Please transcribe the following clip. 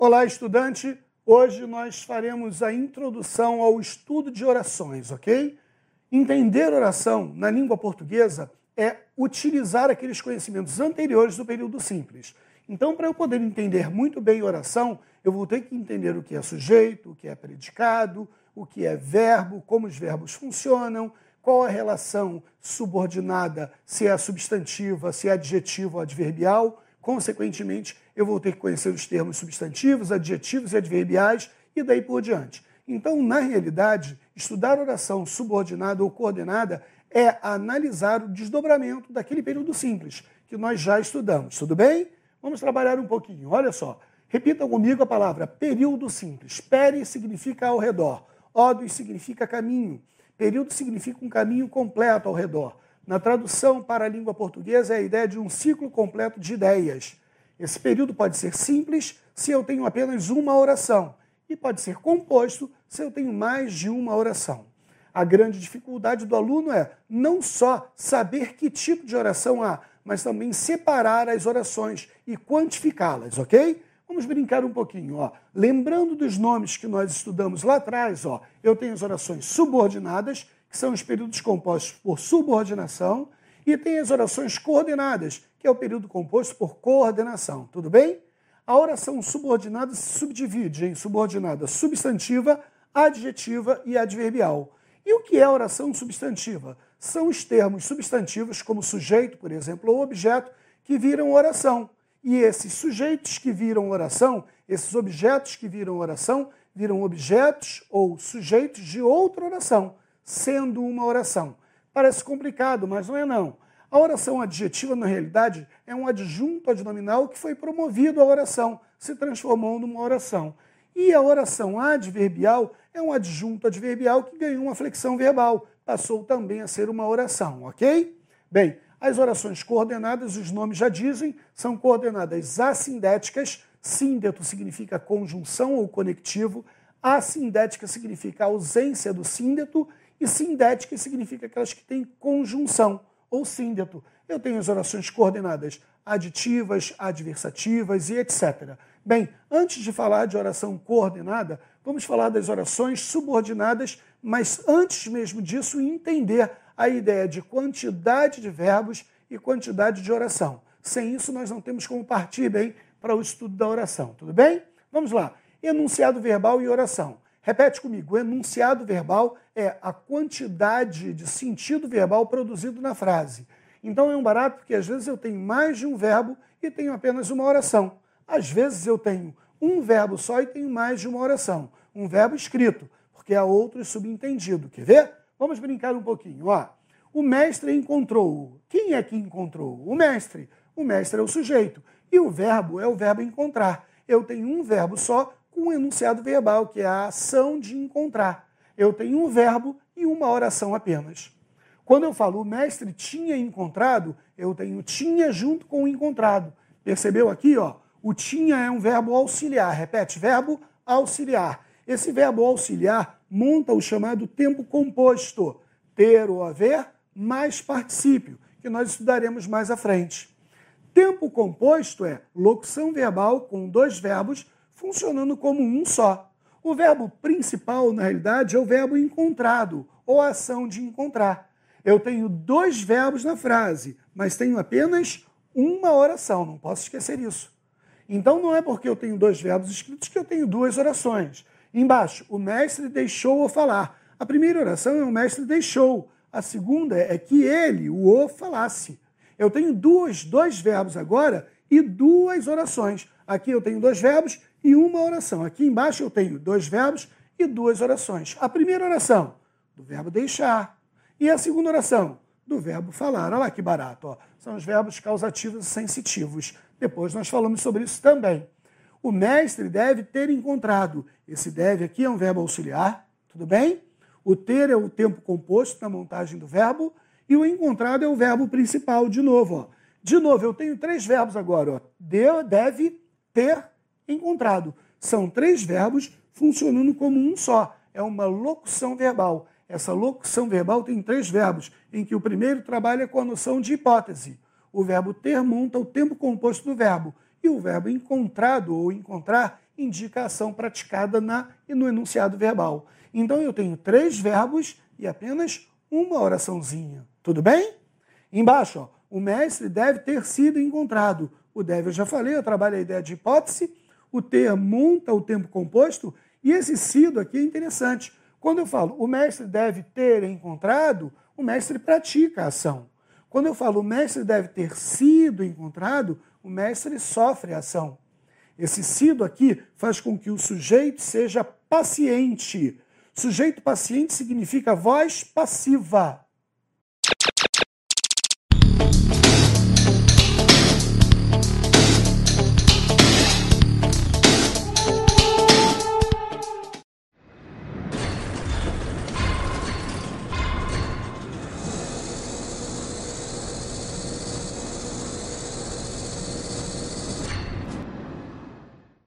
Olá, estudante! Hoje nós faremos a introdução ao estudo de orações, ok? Entender oração na língua portuguesa é utilizar aqueles conhecimentos anteriores do período simples. Então, para eu poder entender muito bem oração, eu vou ter que entender o que é sujeito, o que é predicado, o que é verbo, como os verbos funcionam, qual a relação subordinada, se é substantiva, se é adjetivo ou adverbial. Consequentemente, eu vou ter que conhecer os termos substantivos, adjetivos e adverbiais e daí por diante. Então, na realidade, estudar oração subordinada ou coordenada é analisar o desdobramento daquele período simples que nós já estudamos. Tudo bem? Vamos trabalhar um pouquinho. Olha só. Repita comigo a palavra período simples. Pere significa ao redor. Odos significa caminho. Período significa um caminho completo ao redor. Na tradução para a língua portuguesa é a ideia de um ciclo completo de ideias. Esse período pode ser simples se eu tenho apenas uma oração e pode ser composto se eu tenho mais de uma oração. A grande dificuldade do aluno é não só saber que tipo de oração há, mas também separar as orações e quantificá-las, ok? Vamos brincar um pouquinho, ó. Lembrando dos nomes que nós estudamos lá atrás, ó, eu tenho as orações subordinadas, que são os períodos compostos por subordinação, e tem as orações coordenadas, que é o período composto por coordenação. Tudo bem? A oração subordinada se subdivide em subordinada substantiva, adjetiva e adverbial. E o que é oração substantiva? São os termos substantivos, como sujeito, por exemplo, ou objeto, que viram oração. E esses sujeitos que viram oração, esses objetos que viram objetos ou sujeitos de outra oração, sendo uma oração. Parece complicado, mas não é não. A oração adjetiva, na realidade, é um adjunto adnominal que foi promovido à oração, se transformou numa oração. E a oração adverbial é um adjunto adverbial que ganhou uma flexão verbal, passou também a ser uma oração, ok? Bem, as orações coordenadas, os nomes já dizem, são coordenadas assindéticas. Síndeto significa conjunção ou conectivo, assindética significa ausência do síndeto e sindética significa aquelas que têm conjunção ou síndeto. Eu tenho as orações coordenadas aditivas, adversativas e etc. Bem, antes de falar de oração coordenada, vamos falar das orações subordinadas, mas antes mesmo disso entender a ideia de quantidade de verbos e quantidade de oração. Sem isso, nós não temos como partir bem para o estudo da oração. Tudo bem? Vamos lá. Enunciado verbal e oração. Repete comigo. O enunciado verbal é a quantidade de sentido verbal produzido na frase. Então é um barato porque às vezes eu tenho mais de um verbo e tenho apenas uma oração. Às vezes eu tenho um verbo só e tenho mais de uma oração. Um verbo escrito, porque há outro subentendido. Quer ver? Vamos brincar um pouquinho. Ó. O mestre encontrou. Quem é que encontrou? O mestre. O mestre é o sujeito. E o verbo é o verbo encontrar. Eu tenho um verbo só com um enunciado verbal, que é a ação de encontrar. Eu tenho um verbo e uma oração apenas. Quando eu falo o mestre tinha encontrado, eu tenho tinha junto com o encontrado. Percebeu aqui? Ó? O tinha é um verbo auxiliar. Repete, verbo auxiliar. Esse verbo auxiliar monta o chamado tempo composto, ter ou haver, mais particípio, que nós estudaremos mais à frente. Tempo composto é locução verbal com dois verbos funcionando como um só. O verbo principal, na realidade, é o verbo encontrado, ou a ação de encontrar. Eu tenho dois verbos na frase, mas tenho apenas uma oração, não posso esquecer isso. Então não é porque eu tenho dois verbos escritos que eu tenho duas orações. Embaixo, o mestre deixou-o falar. A primeira oração é o mestre deixou. A segunda é que ele, o falasse. Eu tenho dois verbos agora e duas orações. Aqui eu tenho dois verbos e uma oração. Aqui embaixo eu tenho dois verbos e duas orações. A primeira oração, do verbo deixar. E a segunda oração, do verbo falar. Olha lá que barato. Ó. São os verbos causativos e sensitivos. Depois nós falamos sobre isso também. O mestre deve ter encontrado. Esse deve aqui é um verbo auxiliar, tudo bem? O ter é o tempo composto na montagem do verbo e o encontrado é o verbo principal, de novo. Ó. De novo, eu tenho três verbos agora. Ó. Deve ter encontrado. São três verbos funcionando como um só. É uma locução verbal. Essa locução verbal tem três verbos, em que o primeiro trabalha com a noção de hipótese. O verbo ter monta o tempo composto do verbo. E o verbo encontrado ou encontrar indica a ação praticada no enunciado verbal. Então eu tenho 3 verbos e apenas uma oraçãozinha. Tudo bem? Embaixo, ó, o mestre deve ter sido encontrado. O deve eu já falei, eu trabalho a ideia de hipótese. O ter monta o tempo composto. E esse sido aqui é interessante. Quando eu falo o mestre deve ter encontrado, o mestre pratica a ação. Quando eu falo o mestre deve ter sido encontrado, o mestre sofre a ação. Esse sido aqui faz com que o sujeito seja paciente. Sujeito paciente significa voz passiva.